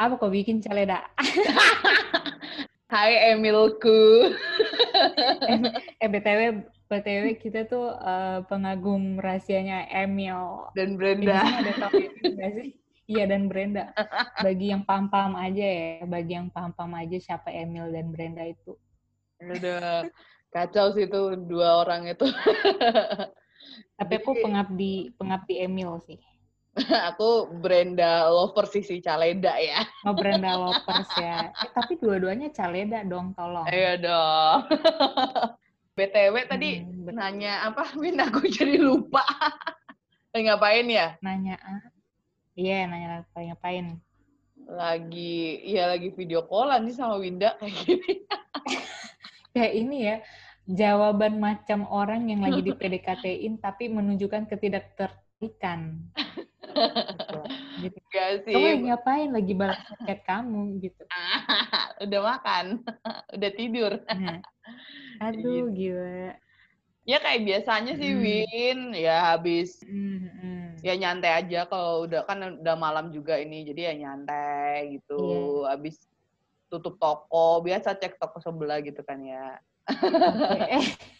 Apa kau bikin caleda? Hai Emilku. BTW kita tuh pengagum rahasianya Emil. Dan Di Brenda. sini ada tahu Emil nggak sih? Iya, dan Brenda. Bagi yang paham-paham aja ya, siapa Emil dan Brenda itu. Udah kacau sih itu dua orang itu. Tapi Jadi aku pengabdi Emil sih. aku Brenda lover sisi Caleda ya. Oh, Brenda lovers ya. Tapi dua-duanya caleda dong, tolong. Ayo dong. BTW tadi Betul. nanya apa, Win? Aku jadi lupa. Ngapain ya? Nanya Iya, nanya ngapain. Lagi video callan sih sama Winda kayak gini. Kayak ini ya, jawaban macam orang yang lagi di PDKT-in tapi menunjukkan ketidaktertarikan. Gitu. Gak Kamu sih. lagi ngapain? Lagi balas chat kamu gitu. Udah makan, udah tidur. Nah, aduh gila. Ya kayak biasanya sih Win, ya habis ya nyantai aja kalau udah malam juga ini, jadi ya nyantai gitu. Iya. Habis tutup toko, biasa cek toko sebelah gitu kan ya. Oke.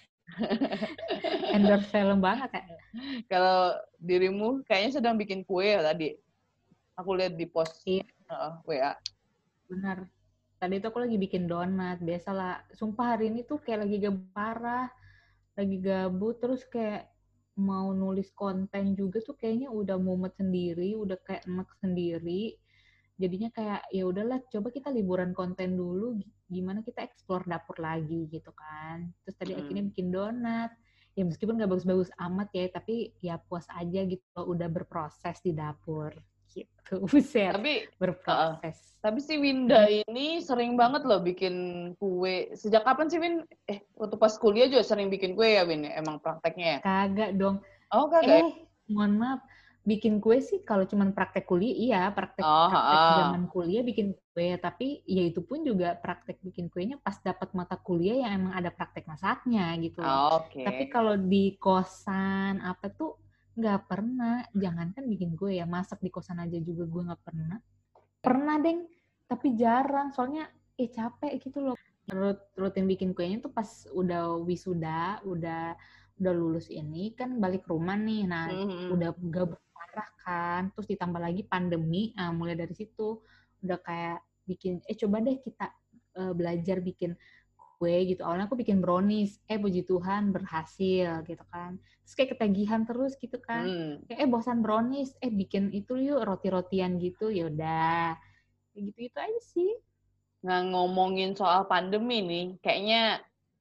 Endorse film banget ya. Kalau dirimu kayaknya sedang bikin kue ya tadi. Aku lihat di post WA. Benar. Tadi tuh aku lagi bikin donat. Biasalah. Sumpah hari ini tuh kayak lagi gabut parah. Lagi gabut terus kayak mau nulis konten juga tuh kayaknya udah mumet sendiri, udah kayak enek sendiri. Jadinya kayak ya udahlah coba kita liburan konten dulu, gimana kita explore dapur lagi gitu kan. Terus tadi akhirnya bikin donat. Ya meskipun gak bagus-bagus amat ya, tapi ya puas aja gitu udah berproses di dapur gitu. Buset, berproses. Tapi si Winda ini sering banget loh bikin kue. Sejak kapan sih Win? Waktu pas kuliah juga sering bikin kue ya Win? Emang prakteknya ya? Kagak dong. Oh kagak ya? Mohon maaf. Bikin kue sih kalau cuma praktek kuliah, iya praktek zaman kuliah bikin kue. Tapi ya itu pun juga praktek bikin kuenya pas dapat mata kuliah yang emang ada praktek masaknya gitu loh. Tapi kalau di kosan apa tuh nggak pernah. Jangankan bikin kue ya, masak di kosan aja juga gue nggak pernah. Pernah deng, tapi jarang. Soalnya capek gitu loh. Rutin bikin kuenya tuh pas udah wisuda, udah lulus ini kan balik rumah nih. Nah, udah gabut parah kan. Terus ditambah lagi pandemi. Nah, mulai dari situ udah kayak bikin coba deh kita belajar bikin kue gitu. Awalnya aku bikin brownies. Puji Tuhan berhasil gitu kan. Terus kayak ketagihan terus gitu kan. Bosan brownies. Bikin itu yuk roti-rotian gitu. Ya udah. Gitu-gitu aja sih. Nah, ngomongin soal pandemi nih, kayaknya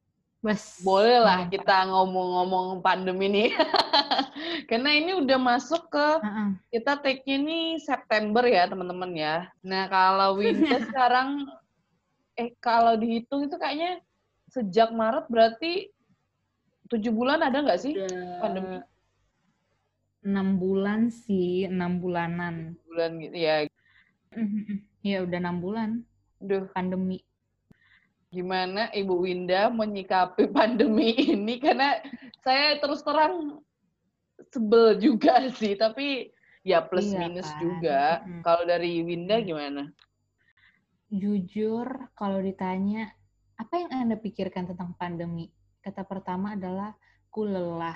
boleh lah kita ngomong-ngomong pandemi nih. Karena ini udah masuk ke, kita take-nya nih September ya teman-teman ya. Nah, kalau Winda sekarang, kalau dihitung itu kayaknya sejak Maret berarti 7 bulan ada nggak sih pandemi? 6 bulan sih, 6 bulanan. Bulan gitu ya. Ya udah 6 bulan. Pandemi. Gimana Ibu Winda menyikapi pandemi ini? Karena saya terus terang sebel juga sih, tapi ya plus minus kan juga. Kalau dari Winda gimana? Jujur, kalau ditanya, apa yang Anda pikirkan tentang pandemi? Kata pertama adalah, ku lelah.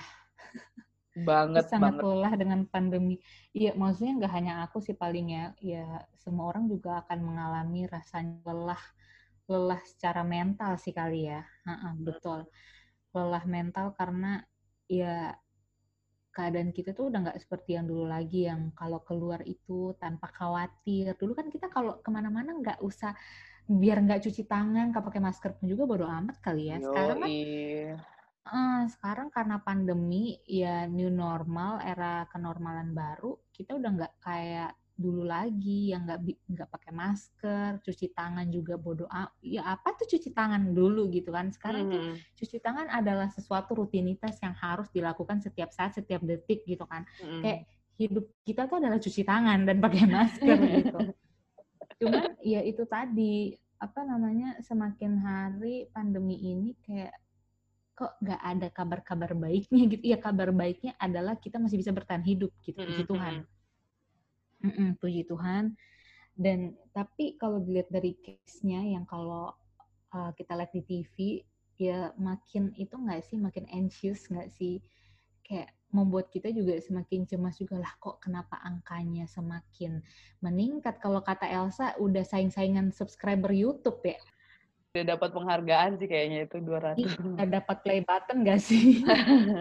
Sangat lelah dengan pandemi. Iya, maksudnya nggak hanya aku sih paling ya semua orang juga akan mengalami rasanya lelah secara mental sih kali ya. Betul. Lelah mental karena ya keadaan kita tuh udah nggak seperti yang dulu lagi, yang kalau keluar itu tanpa khawatir. Dulu kan kita kalau kemana-mana nggak usah, biar nggak cuci tangan, nggak pakai masker pun juga bodo amat kali ya. Sekarang kan sekarang karena pandemi ya new normal, era kenormalan baru, kita udah nggak kayak dulu lagi yang nggak pakai masker, cuci tangan juga bodo ya apa tuh cuci tangan dulu gitu kan. Sekarang tuh cuci tangan adalah sesuatu rutinitas yang harus dilakukan setiap saat, setiap detik gitu kan. Kayak hidup kita tuh adalah cuci tangan dan pakai masker gitu. Cuman ya itu tadi, apa namanya, semakin hari pandemi ini kayak kok nggak ada kabar-kabar baiknya gitu. Ya kabar baiknya adalah kita masih bisa bertahan hidup gitu, puji Tuhan. Puji Tuhan. Dan tapi kalau dilihat dari case-nya yang kalau kita lihat di TV, ya makin itu nggak sih, makin anxious nggak sih? Kayak membuat kita juga semakin cemas juga lah, kok kenapa angkanya semakin meningkat. Kalau kata Elsa udah saing-saingan subscriber YouTube ya. Udah dapat penghargaan sih kayaknya itu 200. Iya, dapat play button gak sih?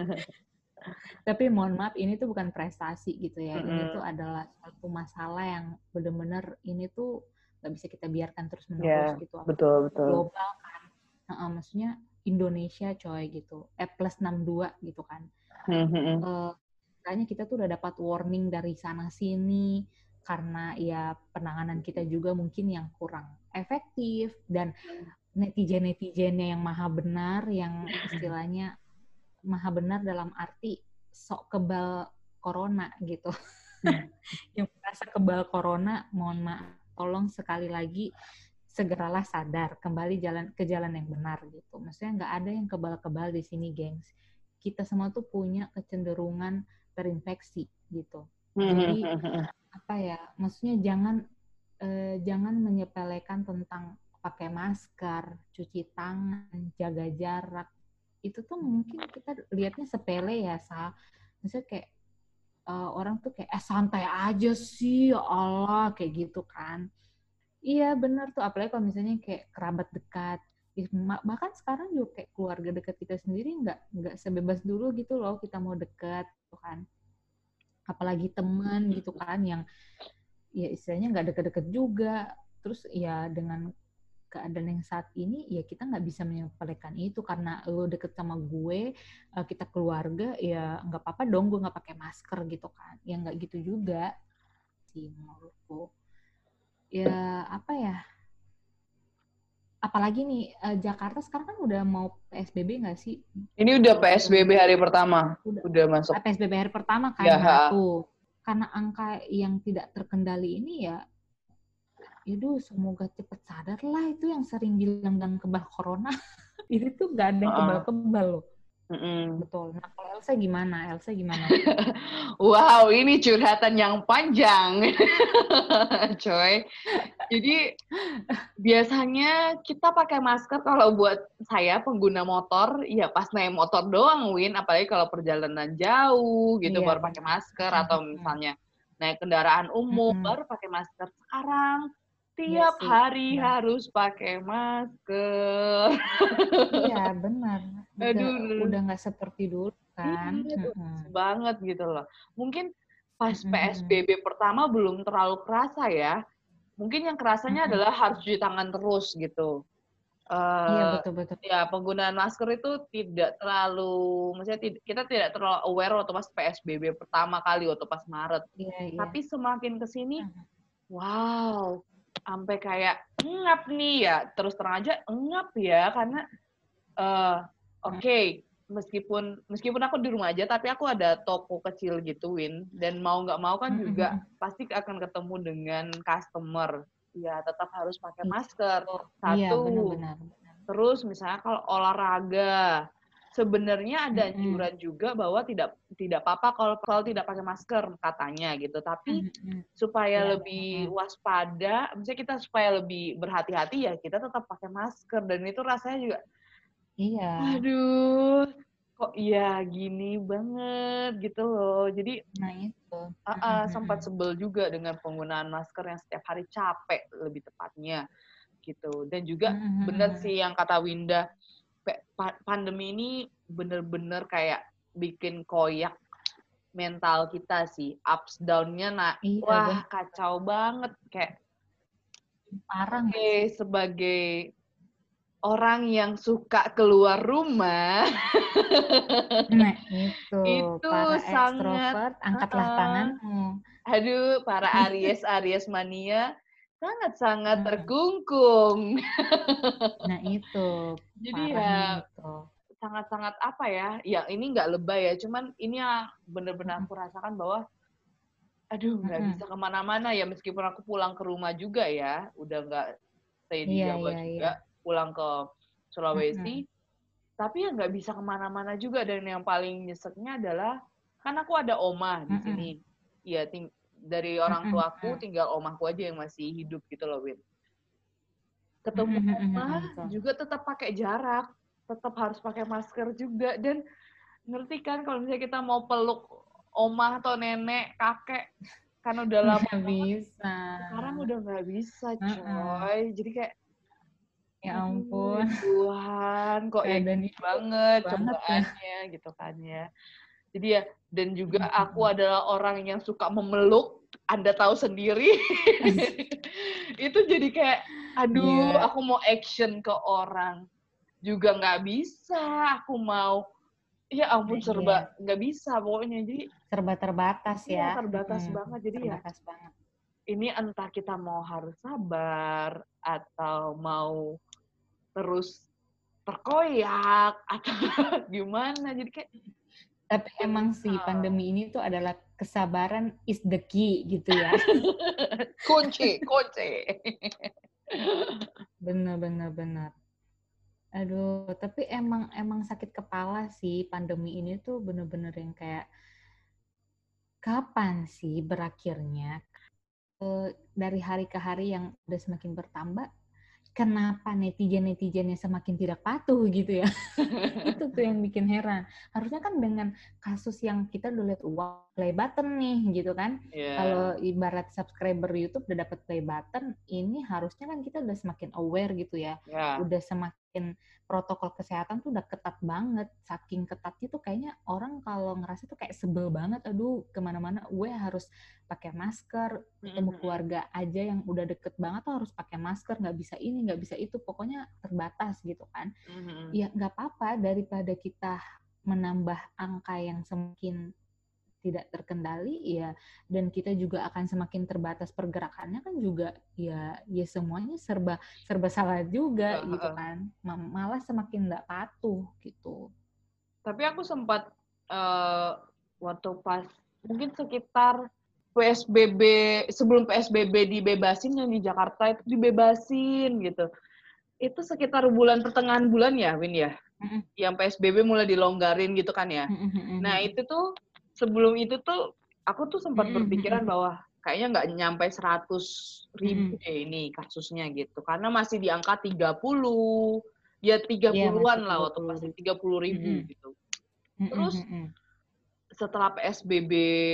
Tapi mohon maaf, ini tuh bukan prestasi gitu ya. Ini tuh adalah suatu masalah yang benar-benar ini tuh nggak bisa kita biarkan terus-menerus gitu. Betul. Global kan. Maksudnya Indonesia coy gitu. +62 gitu kan. Makanya kita tuh udah dapat warning dari sana-sini karena ya penanganan kita juga mungkin yang kurang efektif dan netizen-netizennya yang maha benar, yang istilahnya maha benar dalam arti sok kebal corona gitu. Yang merasa kebal corona, mohon maaf, tolong sekali lagi segeralah sadar, kembali ke jalan yang benar gitu. Maksudnya nggak ada yang kebal-kebal di sini, gengs. Kita semua tuh punya kecenderungan terinfeksi gitu. Jadi apa ya? Maksudnya jangan menyepelekan tentang pakai masker, cuci tangan, jaga jarak. Itu tuh mungkin kita lihatnya sepele ya, Maksudnya kayak orang tuh kayak santai aja sih, ya Allah, kayak gitu kan. Iya benar tuh, apalagi kalau misalnya kayak kerabat dekat. Bahkan sekarang juga kayak keluarga dekat kita sendiri nggak sebebas dulu gitu loh, kita mau dekat gitu kan. Apalagi teman gitu kan yang ya istilahnya nggak deket-deket juga. Terus ya dengan keadaan yang saat ini ya kita nggak bisa menyepelekan itu karena lo deket sama gue, kita keluarga, ya nggak apa-apa dong gue nggak pakai masker gitu kan. Ya nggak gitu juga sih menurutku. Ya apa ya, apalagi nih Jakarta sekarang kan udah mau PSBB nggak sih? Ini udah PSBB hari pertama. Udah masuk. PSBB hari pertama kan, tuh. Karena angka yang tidak terkendali ini ya, aduh semoga cepat sadar lah itu yang sering bilang dan kebal corona. Ini tuh gak ada yang kebal-kebal loh. Betul. Nah kalau Elsa gimana? Wow, ini curhatan yang panjang. Coy. Jadi biasanya kita pakai masker kalau buat saya pengguna motor, ya pas naik motor doang, Win. Apalagi kalau perjalanan jauh gitu baru pakai masker, atau misalnya naik kendaraan umum baru pakai masker. Sekarang tiap hari harus pakai masker. Iya benar. Udah nggak seperti dulu kan. Banget gitu loh. Mungkin pas PSBB pertama belum terlalu kerasa ya. Mungkin yang kerasanya adalah harus cuci tangan terus gitu. Iya betul. Ya penggunaan masker itu tidak terlalu, maksudnya kita tidak terlalu aware waktu pas PSBB pertama kali waktu pas Maret. Tapi semakin kesini, wow, sampai kayak ngap nih ya. Terus terang aja ngap ya karena oke, meskipun aku di rumah aja, tapi aku ada toko kecil gitu, Win. Dan mau nggak mau kan juga pasti akan ketemu dengan customer. Ya, tetap harus pakai masker. Satu. Iya, benar. Terus misalnya kalau olahraga, sebenarnya ada anjuran juga bahwa tidak apa-apa kalau tidak pakai masker katanya gitu. Tapi supaya lebih waspada, misalnya kita supaya lebih berhati-hati ya kita tetap pakai masker. Dan itu rasanya juga iya. Aduh, kok ya gini banget gitu loh. Jadi itu. Sempat sebel juga dengan penggunaan masker yang setiap hari capek lebih tepatnya gitu. Dan juga bener sih yang kata Winda, pandemi ini bener-bener kayak bikin koyak mental kita sih. Ups down-nya wah kacau banget. Kayak parah. Sebagai orang yang suka keluar rumah, nah itu para sangat ekstrovert, angkatlah tanganmu. Aduh, para Aries mania sangat terkungkung. Nah itu, jadi ya sangat-sangat apa ya? Ya ini nggak lebay ya, cuman ini yang benar-benar aku rasakan bahwa, aduh nggak bisa kemana-mana ya meskipun aku pulang ke rumah juga ya, udah nggak stay di Jawa juga, pulang ke Sulawesi. Tapi ya nggak bisa kemana-mana juga. Dan yang paling nyeseknya adalah, kan aku ada oma di sini. Ya, dari orang tuaku tinggal omahku aja yang masih hidup gitu loh, Win. Ketemu omah juga tetap pakai jarak, tetap harus pakai masker juga. Dan ngerti kan kalau misalnya kita mau peluk omah atau nenek, kakek, kan udah lama nggak bisa. Sekarang udah nggak bisa, coy. Jadi kayak, ya ampun, Tuhan, kok ya gini banget cobaannya ya. Gitu kan ya. Jadi ya, dan juga aku adalah orang yang suka memeluk, Anda tahu sendiri. Itu jadi kayak, aduh, aku mau action ke orang juga nggak bisa. Aku mau, ya ampun, serba nggak bisa pokoknya. Jadi serba terbatas ya. Terbatas banget. Jadi terbatas banget. Ini entah kita mau harus sabar atau mau terus terkoyak atau gimana. Jadi kayak, tapi emang sih pandemi ini tuh adalah kesabaran is the key gitu ya. kunci. Benar. Aduh, tapi emang sakit kepala sih pandemi ini tuh bener-bener yang kayak kapan sih berakhirnya? Dari hari ke hari yang udah semakin bertambah, kenapa netizen-netizennya semakin tidak patuh gitu ya? Itu tuh yang bikin heran. Harusnya kan dengan kasus yang kita udah lihat play button nih gitu kan. Kalau ibarat subscriber YouTube udah dapat play button, ini harusnya kan kita udah semakin aware gitu ya. Udah semakin protokol kesehatan tuh udah ketat banget. Saking ketatnya tuh kayaknya orang kalau ngerasa tuh kayak sebel banget. Aduh, kemana-mana gue harus pakai masker. Ketemu keluarga aja yang udah deket banget tuh harus pakai masker. Nggak bisa ini, nggak bisa itu. Pokoknya terbatas gitu kan. Ya nggak apa-apa daripada kita menambah angka yang semakin tidak terkendali ya, dan kita juga akan semakin terbatas pergerakannya kan juga ya semuanya serba salah juga gitu kan, malah semakin nggak patuh gitu. Tapi aku sempat waktu pas mungkin sekitar PSBB, sebelum PSBB dibebasin yang di Jakarta itu dibebasin gitu. Itu sekitar pertengahan bulan ya, Win ya? Yang PSBB mulai dilonggarin gitu kan ya. Nah, itu tuh, sebelum itu tuh, aku tuh sempat berpikiran bahwa kayaknya nggak nyampe 100.000 deh ini kasusnya gitu. Karena masih di angka 30, ya 30-an lah waktu pasti 30.000 gitu. Terus, setelah PSBB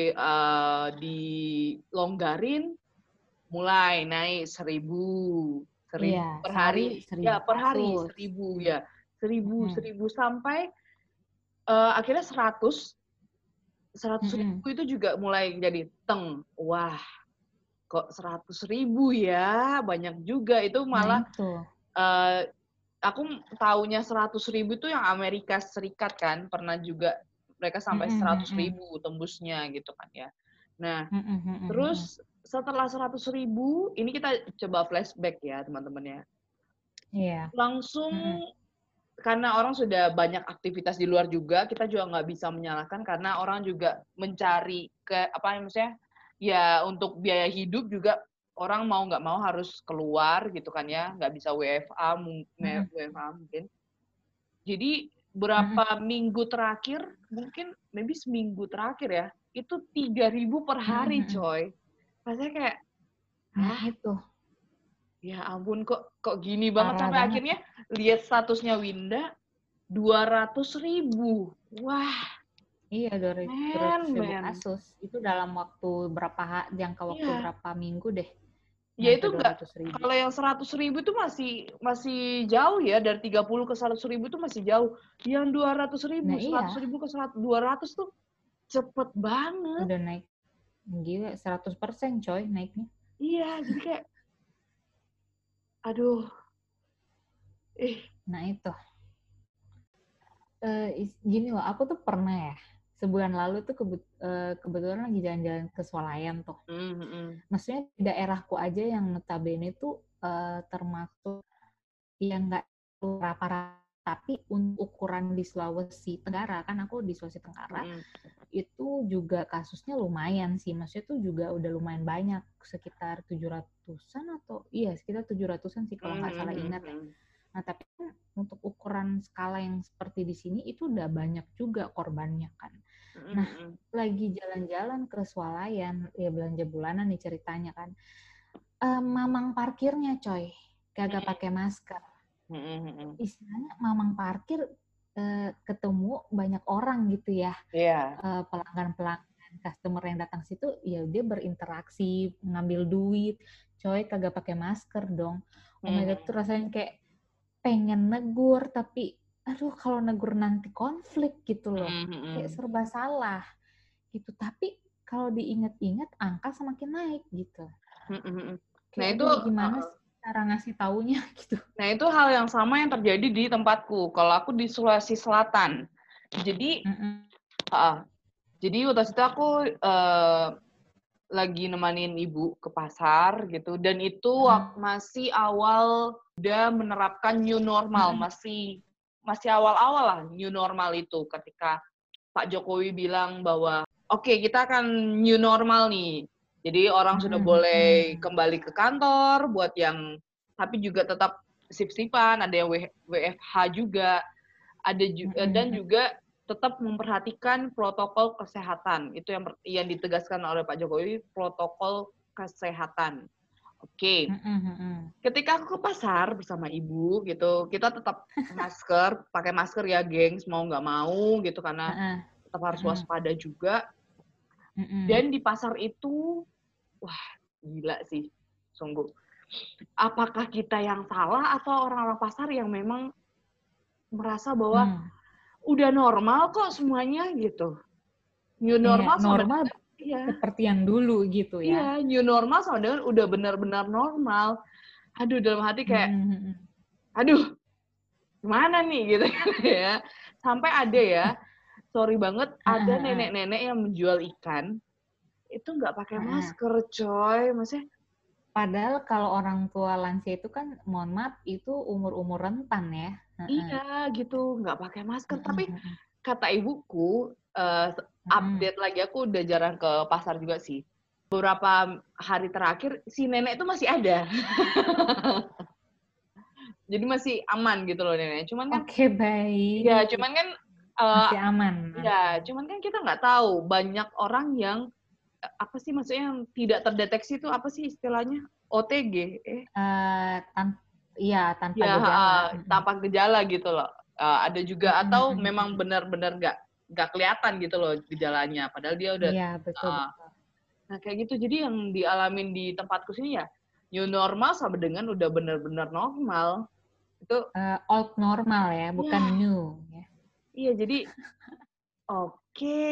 dilonggarin, mulai naik 1.000 per hari. Ya, per hari 1.000 ya. 1.000 sampai akhirnya 100.000 itu juga mulai jadi wah, kok 100.000 ya, banyak juga. Itu malah aku taunya 100.000 itu yang Amerika Serikat kan, pernah juga mereka sampai 100.000 tembusnya gitu kan ya. Nah, terus setelah 100.000, ini kita coba flashback ya teman-teman ya. Langsung, karena orang sudah banyak aktivitas di luar juga, kita juga nggak bisa menyalahkan karena orang juga mencari maksudnya ya untuk biaya hidup juga orang mau nggak mau harus keluar gitu kan ya, nggak bisa WFA mungkin. Jadi berapa minggu terakhir, mungkin maybe seminggu terakhir ya, itu 3.000 per hari, coy. Rasanya kayak, itu. Ya ampun, kok gini banget. Sampai akhirnya lihat statusnya Winda, 200.000. Wah. Iya, 200.000 kasus. Itu dalam waktu jangka waktu berapa minggu deh. Ya itu enggak, kalau yang 100.000 itu masih jauh ya, dari 30 ke 100.000 itu masih jauh. Yang 200.000, 100.000 ke 200 tuh cepet banget. Udah naik, gila, 100% coy naiknya. Iya, jadi kayak, aduh. Nah itu. Gini loh, aku tuh pernah ya, sebulan lalu tuh kebetulan lagi jalan-jalan ke Swalayan tuh. Maksudnya di daerahku aja yang notabene tuh termasuk yang nggak rata-rata, tapi untuk ukuran di Sulawesi Tenggara, kan aku di Sulawesi Tenggara, itu juga kasusnya lumayan sih. Maksudnya tuh juga udah lumayan banyak, sekitar 700-an atau sekitar 700-an sih kalau nggak salah ingat ya. Nah, tapi kan untuk ukuran skala yang seperti di sini itu udah banyak juga korbannya kan. Nah, lagi jalan-jalan ke swalayan, ya belanja bulanan nih ceritanya kan. Mamang parkirnya coy, kagak pakai masker. Istilahnya mamang parkir ketemu banyak orang gitu ya. Pelanggan-pelanggan, customer yang datang situ, ya dia berinteraksi, ngambil duit. Coy, kagak pakai masker dong. Oh my God, tuh rasanya kayak pengen negur, tapi aduh kalau negur nanti konflik gitu loh. Kayak serba salah gitu. Tapi kalau diingat-ingat angka semakin naik gitu. Nah itu gimana sih cara ngasih taunya gitu. Nah itu hal yang sama yang terjadi di tempatku. Kalau aku di Sulawesi Selatan. Jadi jadi waktu itu aku lagi nemanin ibu ke pasar gitu, dan itu masih awal udah menerapkan new normal, masih awal-awal lah new normal itu, ketika Pak Jokowi bilang bahwa oke, kita akan new normal nih, jadi orang sudah boleh kembali ke kantor buat yang, tapi juga tetap sip-sipan, ada yang WFH juga, ada juga, dan juga tetap memperhatikan protokol kesehatan. Itu yang ditegaskan oleh Pak Jokowi, protokol kesehatan. Oke. Ketika aku ke pasar bersama ibu gitu, kita tetap masker, pakai masker ya, gengs, mau nggak mau gitu, karena tetap harus waspada juga. Dan di pasar itu, wah gila sih, sungguh. Apakah kita yang salah atau orang-orang pasar yang memang merasa bahwa udah normal kok semuanya gitu. New normal normal seperti yang dulu gitu ya. Iya, new normal sama dengan udah benar-benar normal. Aduh, dalam hati kayak, aduh, gimana nih gitu ya. Sampai ada ya, sorry banget, ada nenek-nenek yang menjual ikan, itu nggak pakai masker, coy. Maksudnya, padahal kalau orang tua lansia itu kan, mohon maaf, itu umur-umur rentan ya. Iya, gitu, nggak pakai masker. Tapi kata ibuku, update lagi, aku udah jarang ke pasar juga sih. Beberapa hari terakhir, si nenek itu masih ada. Jadi masih aman gitu loh nenek. Cuman kan, baik. Ya, cuman kan masih aman. Ya, cuman kan kita nggak tahu, banyak orang yang apa sih maksudnya yang tidak terdeteksi itu apa sih istilahnya? OTG. Iya, tanpa gejala. Tanpa gejala gitu loh. Ada juga, atau memang benar-benar nggak kelihatan gitu loh gejalanya, padahal dia udah. Iya, betul. Nah kayak gitu, jadi yang dialamin di tempatku sini ya, new normal sama dengan udah benar-benar normal. Itu old normal ya, bukan new ya. Iya, jadi oke,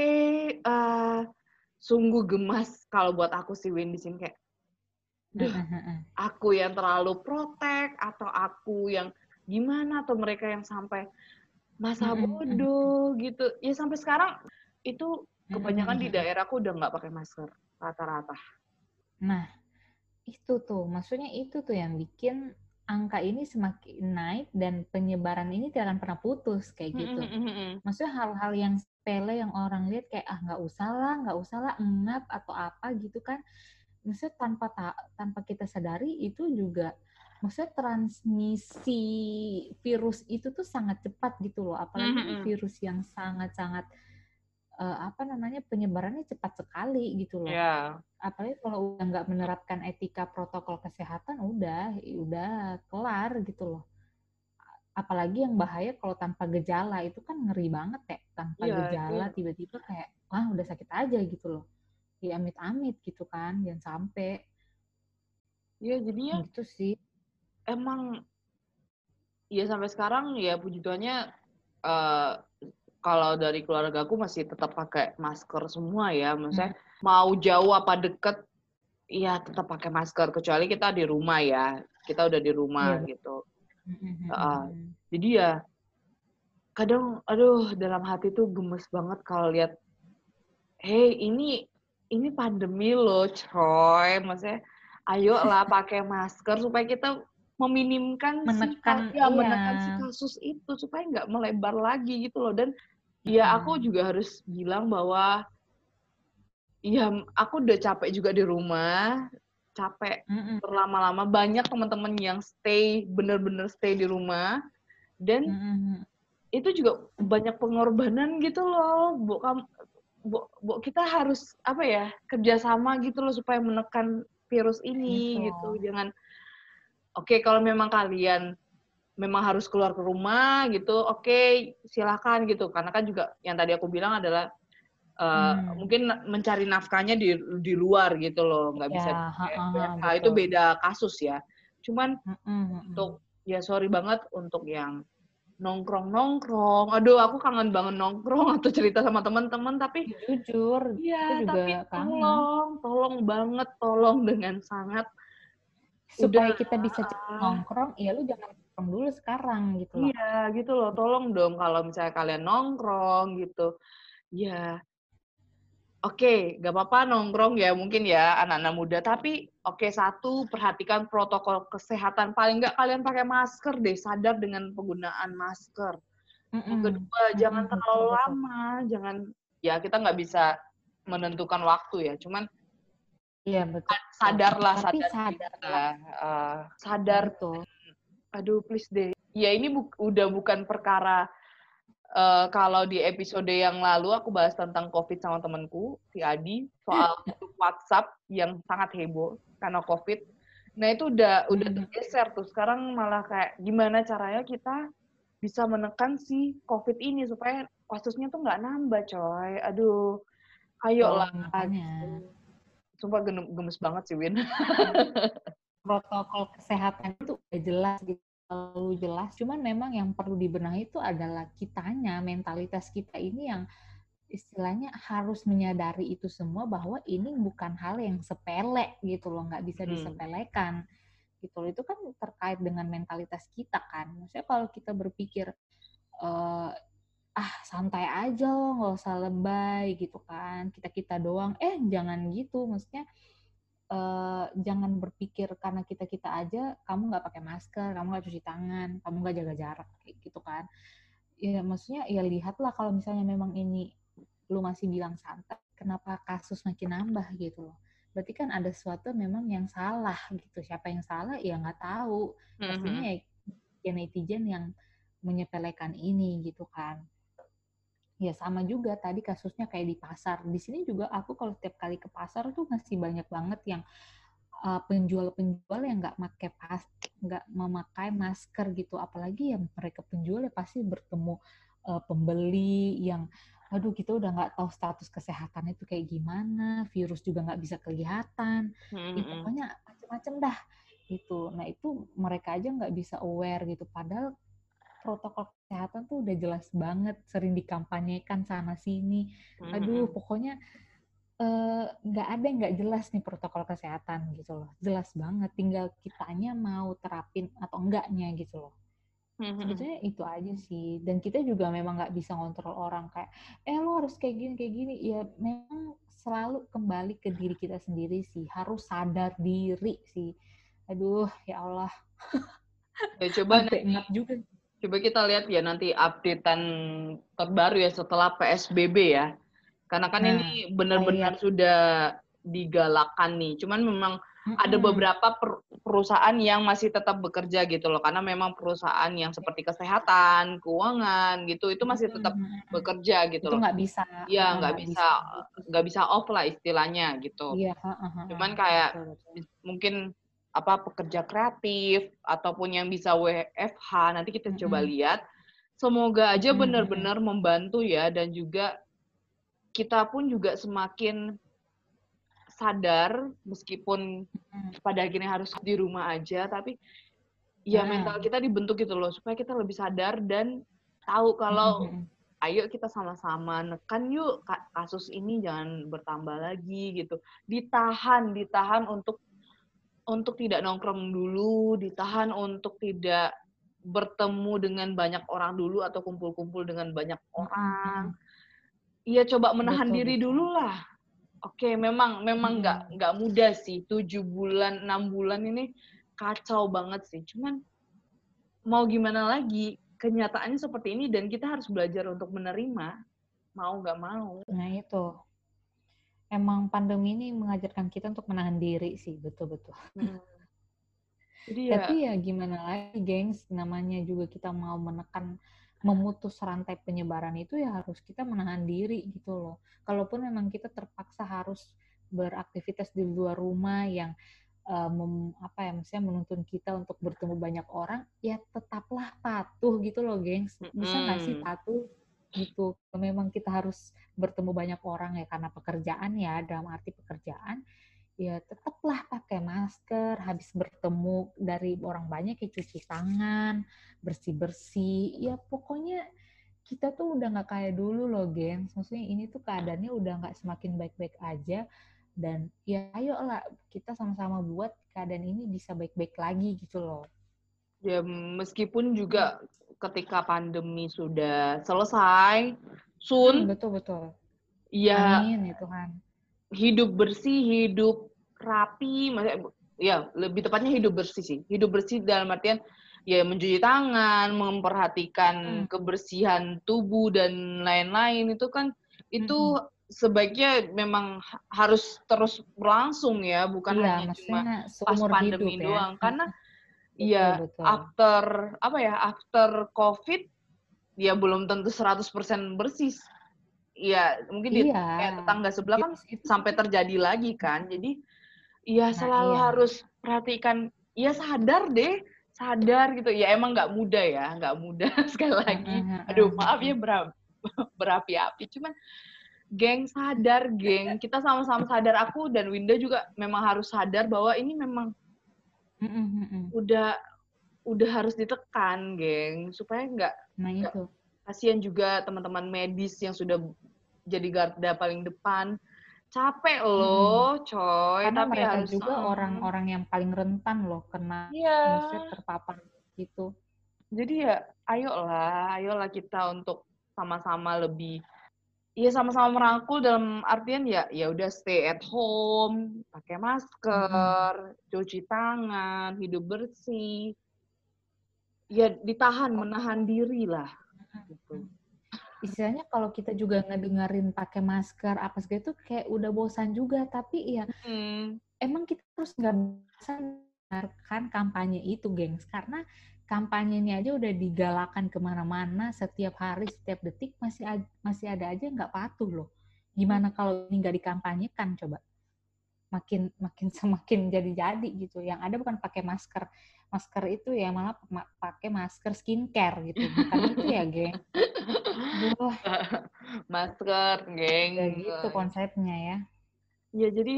sungguh gemas kalau buat aku sih Win di sini, kayak aku yang terlalu protek, atau aku yang gimana, atau mereka yang sampai masa bodoh gitu. Ya sampai sekarang itu kebanyakan di daerahku udah nggak pakai masker rata-rata. Nah, itu tuh, maksudnya itu tuh yang bikin angka ini semakin naik dan penyebaran ini tidak akan pernah putus kayak gitu. Maksudnya hal-hal yang sepele yang orang lihat kayak nggak usah lah, engap atau apa gitu kan. Maksudnya tanpa kita sadari itu juga, maksudnya transmisi virus itu tuh sangat cepat gitu loh. Apalagi virus yang sangat-sangat penyebarannya cepat sekali gitu loh. Yeah. Apalagi kalau udah nggak menerapkan etika protokol kesehatan, udah kelar gitu loh. Apalagi yang bahaya kalau tanpa gejala, itu kan ngeri banget ya. Tanpa gejala tiba-tiba kayak udah sakit aja gitu loh. Ya amit-amit gitu kan, jangan sampai. Iya, jadinya gitu sih. Emang ya sampai sekarang ya puji Tuhannya, kalau dari keluarga aku masih tetap pakai masker semua ya. Maksudnya mau jauh apa deket, ya tetap pakai masker, kecuali kita di rumah ya. Kita udah di rumah gitu. Jadi ya kadang dalam hati tuh gemes banget kalau lihat, hey ini pandemi loh coy. Maksudnya ayolah pakai masker supaya kita menekan si kasus itu supaya nggak melebar lagi gitu loh. Dan ya aku juga harus bilang bahwa ya aku udah capek juga di rumah, capek berlama-lama. Banyak teman-teman yang bener-bener stay di rumah. Dan itu juga banyak pengorbanan gitu loh. Bu, kita harus kerjasama gitu loh supaya menekan virus ini gitu. Jangan, oke, kalau memang kalian memang harus keluar ke rumah gitu, oke, silakan gitu. Karena kan juga yang tadi aku bilang adalah mungkin mencari nafkahnya di luar gitu loh, nggak bisa WFH, itu beda kasus ya. Cuman untuk, ya sorry banget untuk yang nongkrong, aduh aku kangen banget nongkrong atau cerita sama teman-teman, tapi jujur, iya, tapi tolong banget, tolong dengan sangat, supaya kita bisa nongkrong, ya lu jangan nongkrong dulu sekarang gitu loh. Iya, gitu loh, tolong dong kalau misalnya kalian nongkrong gitu, ya oke, gak apa-apa nongkrong ya mungkin ya anak-anak muda, tapi oke, satu, perhatikan protokol kesehatan, paling nggak kalian pakai masker deh, sadar dengan penggunaan masker. Yang kedua, jangan terlalu lama, ya kita nggak bisa menentukan waktu ya, cuman iya betul. Sadarlah. Aduh, please deh. Ya ini udah bukan perkara. Kalau di episode yang lalu aku bahas tentang COVID sama temanku, si Adi, soal grup WhatsApp yang sangat heboh karena COVID. Nah itu udah tergeser tuh. Sekarang malah kayak gimana caranya kita bisa menekan si COVID ini supaya kasusnya tuh nggak nambah, coy. Aduh, ayolah. Sumpah gemes banget sih, Win. Protokol kesehatan itu udah jelas gitu. Terlalu jelas, cuman memang yang perlu dibenahi itu adalah kitanya, mentalitas kita ini yang istilahnya harus menyadari itu semua bahwa ini bukan hal yang sepele gitu loh, nggak bisa disepelekan gitu loh. Itu kan terkait dengan mentalitas kita kan. Maksudnya kalau kita berpikir santai aja loh, nggak usah lebay gitu kan, kita doang, jangan gitu, maksudnya jangan berpikir karena kita aja kamu nggak pakai masker, kamu nggak cuci tangan, kamu nggak jaga jarak kayak gitu kan. Ya maksudnya ya lihatlah kalau misalnya memang ini lu masih bilang santai, kenapa kasus makin nambah gitu loh. Berarti kan ada sesuatu memang yang salah gitu. Siapa yang salah ya nggak tahu. Pastinya ya netizen yang menyepelekan ini gitu kan. Ya sama juga tadi kasusnya kayak di pasar. Di sini juga aku kalau setiap kali ke pasar tuh masih banyak banget yang penjual-penjual yang nggak memakai masker gitu, apalagi yang mereka penjual ya pasti bertemu pembeli yang aduh kita udah nggak tahu status kesehatan itu kayak gimana, virus juga nggak bisa kelihatan, pokoknya macam-macam dah gitu. Nah itu mereka aja nggak bisa aware gitu, padahal protokol kesehatan tuh udah jelas banget, sering dikampanyekan sana sini. Aduh pokoknya nggak ada yang nggak jelas nih protokol kesehatan gitu loh, jelas banget, tinggal kitanya mau terapin atau enggaknya gitu loh. Sebetulnya itu aja sih, dan kita juga memang nggak bisa ngontrol orang kayak lo harus kayak gini ya, memang selalu kembali ke diri kita sendiri sih, harus sadar diri sih. Aduh ya Allah. Ya coba kita lihat ya nanti updatean terbaru ya setelah PSBB ya. Karena kan ini benar-benar sudah digalakkan nih. Cuman memang ada beberapa perusahaan yang masih tetap bekerja gitu loh. Karena memang perusahaan yang seperti kesehatan, keuangan gitu, itu masih tetap bekerja gitu loh. Itu nggak bisa. Iya, nggak bisa off lah istilahnya gitu. Iya. Cuman kayak mungkin pekerja kreatif ataupun yang bisa WFH, nanti kita coba lihat. Semoga aja benar-benar membantu ya, dan juga kita pun juga semakin sadar meskipun pada akhirnya harus di rumah aja, tapi ya mental kita dibentuk gitu loh supaya kita lebih sadar dan tahu kalau ayo kita sama-sama nekan yuk kasus ini jangan bertambah lagi gitu. Ditahan untuk tidak nongkrong dulu, ditahan untuk tidak bertemu dengan banyak orang dulu atau kumpul-kumpul dengan banyak orang. Iya, coba menahan diri dulu lah. Oke, memang nggak mudah sih. 7 bulan, 6 bulan ini kacau banget sih. Cuman mau gimana lagi? Kenyataannya seperti ini dan kita harus belajar untuk menerima. Mau nggak mau. Nah itu. emang pandemi ini mengajarkan kita untuk menahan diri sih, betul-betul. Tapi ya gimana lagi, gengs, namanya juga kita mau memutus rantai penyebaran itu ya harus kita menahan diri gitu loh. Kalaupun memang kita terpaksa harus beraktivitas di luar rumah yang misalnya menuntun kita untuk bertemu banyak orang, ya tetaplah patuh gitu loh, gengs. Bisa nggak sih patuh gitu? Memang kita harus bertemu banyak orang ya karena pekerjaan ya, dalam arti pekerjaan, ya tetaplah pakai masker, habis bertemu dari orang banyak ya cuci tangan, bersih-bersih, ya pokoknya kita tuh udah nggak kayak dulu loh, gengs. Maksudnya ini tuh keadaannya udah nggak semakin baik-baik aja, dan ya ayolah kita sama-sama buat keadaan ini bisa baik-baik lagi gitu loh. Ya meskipun juga ketika pandemi sudah selesai, betul. Ya, amin ya Tuhan. Hidup bersih, hidup rapi, ya lebih tepatnya hidup bersih sih. Hidup bersih dalam artian ya mencuci tangan, memperhatikan kebersihan tubuh dan lain-lain itu kan itu sebaiknya memang harus terus berlangsung ya, bukan hanya cuma pas pandemi doang. Karena ya after COVID ya belum tentu 100% bersih. Ya mungkin di kayak tetangga sebelah kan sampai terjadi lagi kan. Jadi ya selalu harus perhatikan, ya sadar gitu. Ya emang nggak mudah sekali lagi. Aduh maaf ya berapi-api. Cuman geng sadar, geng. Kita sama-sama sadar, aku dan Winda juga memang harus sadar bahwa ini memang udah harus ditekan, geng. Supaya nggak kasihan juga teman-teman medis yang sudah jadi garda paling depan. Capek loh, coy. Karena tapi mereka harus juga orang-orang yang paling rentan loh kena terpapar gitu. Jadi ya ayolah kita untuk sama-sama lebih, ya sama-sama merangkul dalam artian ya udah stay at home, pakai masker, cuci tangan, hidup bersih. Ya menahan diri lah. Gitu. Istilahnya kalau kita juga ngedengerin pakai masker apa segala itu kayak udah bosan juga, tapi ya emang kita terus nggak bisa mendengarkan kampanye itu, gengs, karena kampanyenya aja udah digalakan kemana-mana setiap hari, setiap detik masih ada aja nggak patuh loh. Gimana kalau ini nggak dikampanyekan, coba? Makin semakin jadi gitu. Yang ada bukan pakai masker itu ya malah pakai masker skincare gitu. Bukan itu ya, geng. Masker, geng. Ya gitu konsepnya ya. Ya jadi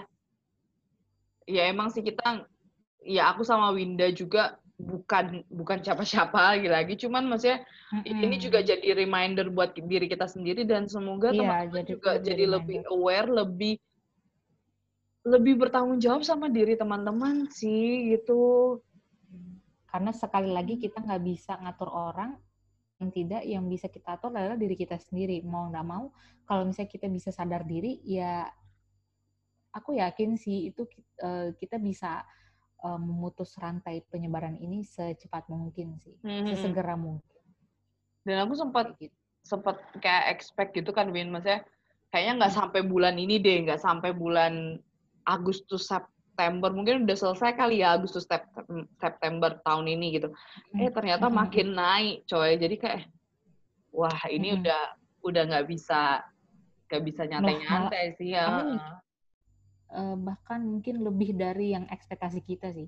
ya emang sih kita, ya aku sama Winda juga bukan siapa-siapa lagi, cuman maksudnya ini juga jadi reminder buat diri kita sendiri dan semoga teman-teman juga jadi lebih aware, lebih bertanggung jawab sama diri teman-teman sih gitu. Karena sekali lagi kita nggak bisa ngatur orang, yang bisa kita atur adalah diri kita sendiri. Mau nggak mau, kalau misalnya kita bisa sadar diri, ya aku yakin sih itu kita bisa memutus rantai penyebaran ini secepat mungkin sih, sesegera mungkin. Dan aku sempat kayak expect gitu kan, Win, maksudnya kayaknya nggak sampai bulan ini deh, nggak sampai bulan Agustus September, mungkin udah selesai kali ya Agustus September tahun ini gitu. Ternyata makin naik, coy. Jadi kayak wah ini udah nggak bisa nyantai-nyantai sih ya. Bahkan mungkin lebih dari yang ekspektasi kita sih.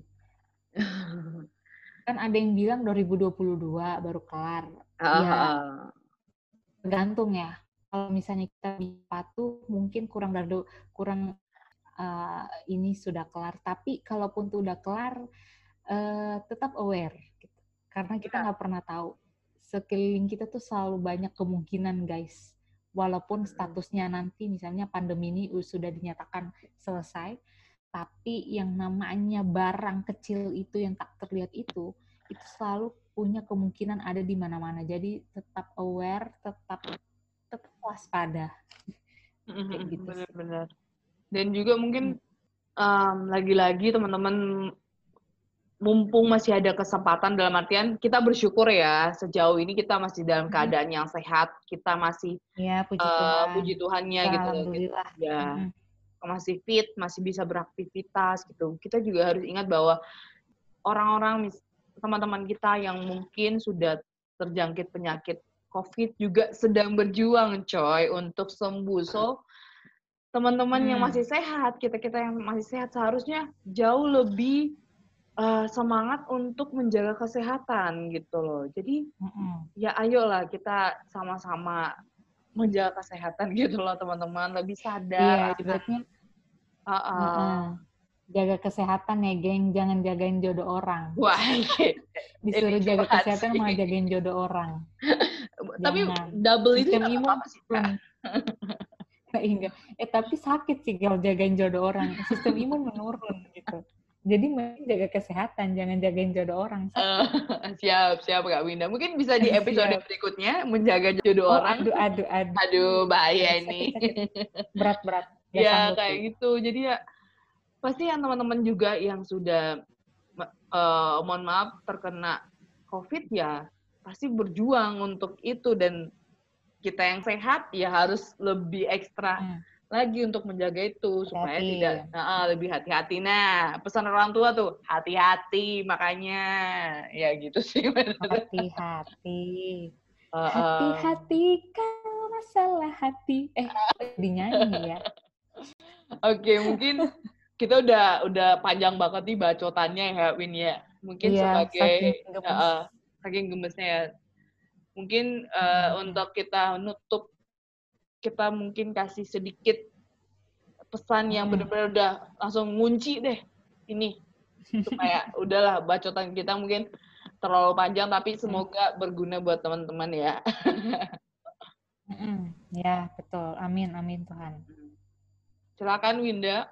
Kan ada yang bilang 2022 baru kelar. Ya tergantung ya. Kalau misalnya kita patuh mungkin kurang ini sudah kelar. Tapi kalaupun itu udah kelar, tetap aware. Gitu. Karena kita nggak pernah tahu. Sekeliling kita tuh selalu banyak kemungkinan, guys. Walaupun statusnya nanti misalnya pandemi ini sudah dinyatakan selesai, tapi yang namanya barang kecil itu yang tak terlihat itu selalu punya kemungkinan ada di mana-mana. Jadi tetap aware, tetap waspada. Gitu. Benar-benar. Dan juga mungkin lagi-lagi teman-teman, mumpung masih ada kesempatan, dalam artian kita bersyukur ya sejauh ini kita masih dalam keadaan yang sehat, kita masih puji Tuhannya gitu. Alhamdulillah. Ya. masih fit, masih bisa beraktivitas gitu. Kita juga harus ingat bahwa orang-orang, teman-teman kita yang mungkin sudah terjangkit penyakit COVID juga sedang berjuang coy untuk sembuh. So, teman-teman yang masih sehat, kita-kita yang masih sehat seharusnya jauh lebih semangat untuk menjaga kesehatan gitu loh. Jadi ya ayolah kita sama-sama menjaga kesehatan gitu loh teman-teman, lebih sadar. Iya, ibaratnya jaga kesehatan ya geng, jangan jagain jodoh orang. Wah, disuruh jaga kesehatan malah jagain jodoh orang. Tapi double itu sistem imun apa sih, Kak? Enggak. Tapi sakit sih kalau jagain jodoh orang. Sistem imun menurun gitu. Jadi mending jaga kesehatan, jangan jagain jodoh orang. Siap Kak Winda. Mungkin bisa di episode berikutnya menjaga jodoh orang. Aduh, bahaya ini. Berat. Ya kayak gitu. Jadi ya pasti yang teman-teman juga yang sudah mohon maaf terkena COVID ya pasti berjuang untuk itu, dan kita yang sehat ya harus lebih ekstra lagi untuk menjaga itu supaya tidak lebih hati-hati. Nah, pesan orang tua tuh hati-hati, makanya ya gitu sih. Hati-hati. Hati-hati kalau masalah hati. Dinyanyi ya. Oke, mungkin kita udah panjang banget nih bacotannya ya, Win ya. Mungkin sebagai saking gemesnya ya. Mungkin untuk kita nutup, kita mungkin kasih sedikit pesan yang benar-benar udah langsung ngunci deh ini. Supaya udahlah bacotan kita mungkin terlalu panjang, tapi semoga berguna buat teman-teman ya. Ya, betul. Amin Tuhan. Silakan Winda.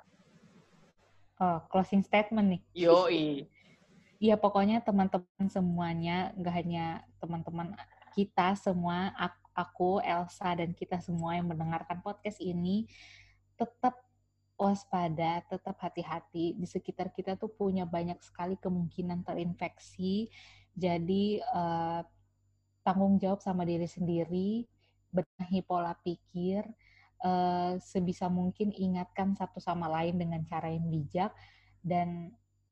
Closing statement nih. Yoi. Iya, pokoknya teman-teman semuanya, nggak hanya teman-teman kita semua, aku, Elsa, dan kita semua yang mendengarkan podcast ini, tetap waspada, tetap hati-hati. Di sekitar kita tuh punya banyak sekali kemungkinan terinfeksi. Jadi, tanggung jawab sama diri sendiri, benahi pola pikir, sebisa mungkin ingatkan satu sama lain dengan cara yang bijak, dan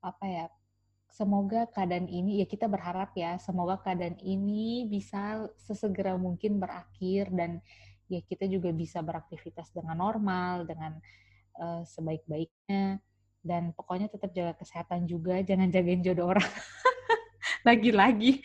semoga keadaan ini, ya kita berharap ya, semoga keadaan ini bisa sesegera mungkin berakhir, dan ya kita juga bisa beraktivitas dengan normal, dengan sebaik-baiknya, dan pokoknya tetap jaga kesehatan juga, jangan jagain jodoh orang. Lagi-lagi.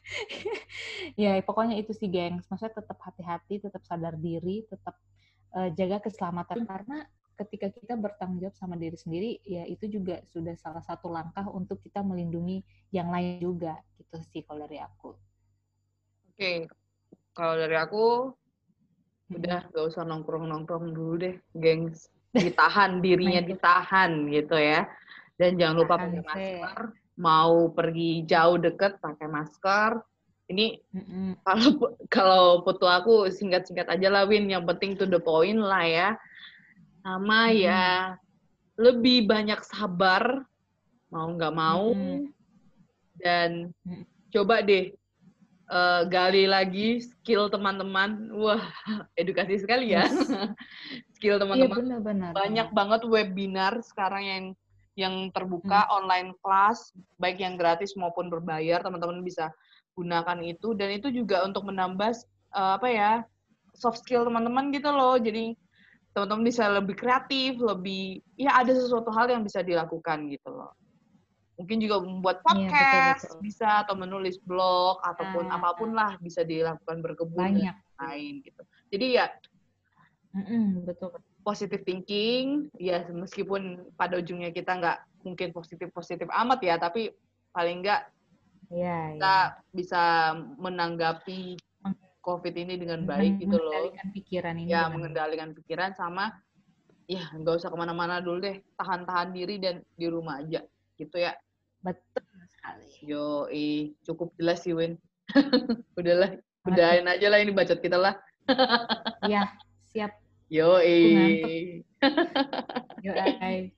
Ya pokoknya itu sih gengs, maksudnya tetap hati-hati, tetap sadar diri, tetap jaga keselamatan, karena ketika kita bertanggung jawab sama diri sendiri, ya itu juga sudah salah satu langkah untuk kita melindungi yang lain juga, gitu sih kalau dari aku. Oke, kalau dari aku, udah gak usah nongkrong-nongkrong dulu deh, gengs. Ditahan, dirinya ditahan gitu ya. Dan jangan lupa pakai masker, mau pergi jauh deket pakai masker. Ini kalau foto aku singkat-singkat aja lah Win, yang penting to the point lah ya. Sama ya lebih banyak sabar, mau nggak mau, dan coba deh gali lagi skill teman-teman. Wah, edukasi sekali ya. Skill teman-teman. Iya, benar. Banyak banget webinar sekarang yang terbuka, online class, baik yang gratis maupun berbayar, teman-teman bisa gunakan itu, dan itu juga untuk menambah soft skill teman-teman gitu loh. Jadi teman-teman bisa lebih kreatif, lebih ya ada sesuatu hal yang bisa dilakukan gitu loh. Mungkin juga membuat podcast, betul. Bisa, atau menulis blog, ataupun apapun lah bisa dilakukan, berkebun dan lain gitu. Jadi ya betul. Positive thinking, ya meskipun pada ujungnya kita nggak mungkin positif amat ya, tapi paling nggak kita bisa menanggapi COVID ini dengan baik gitu loh. Mengendalikan pikiran ini. Ya, mengendalikan pikiran, sama ya nggak usah kemana-mana dulu deh, tahan-tahan diri dan di rumah aja gitu ya. Betul sekali. Yoi, cukup jelas sih Win. Udahlah, udahin aja lah ini bacot kita lah. Iya, siap. Yoi. Yoi.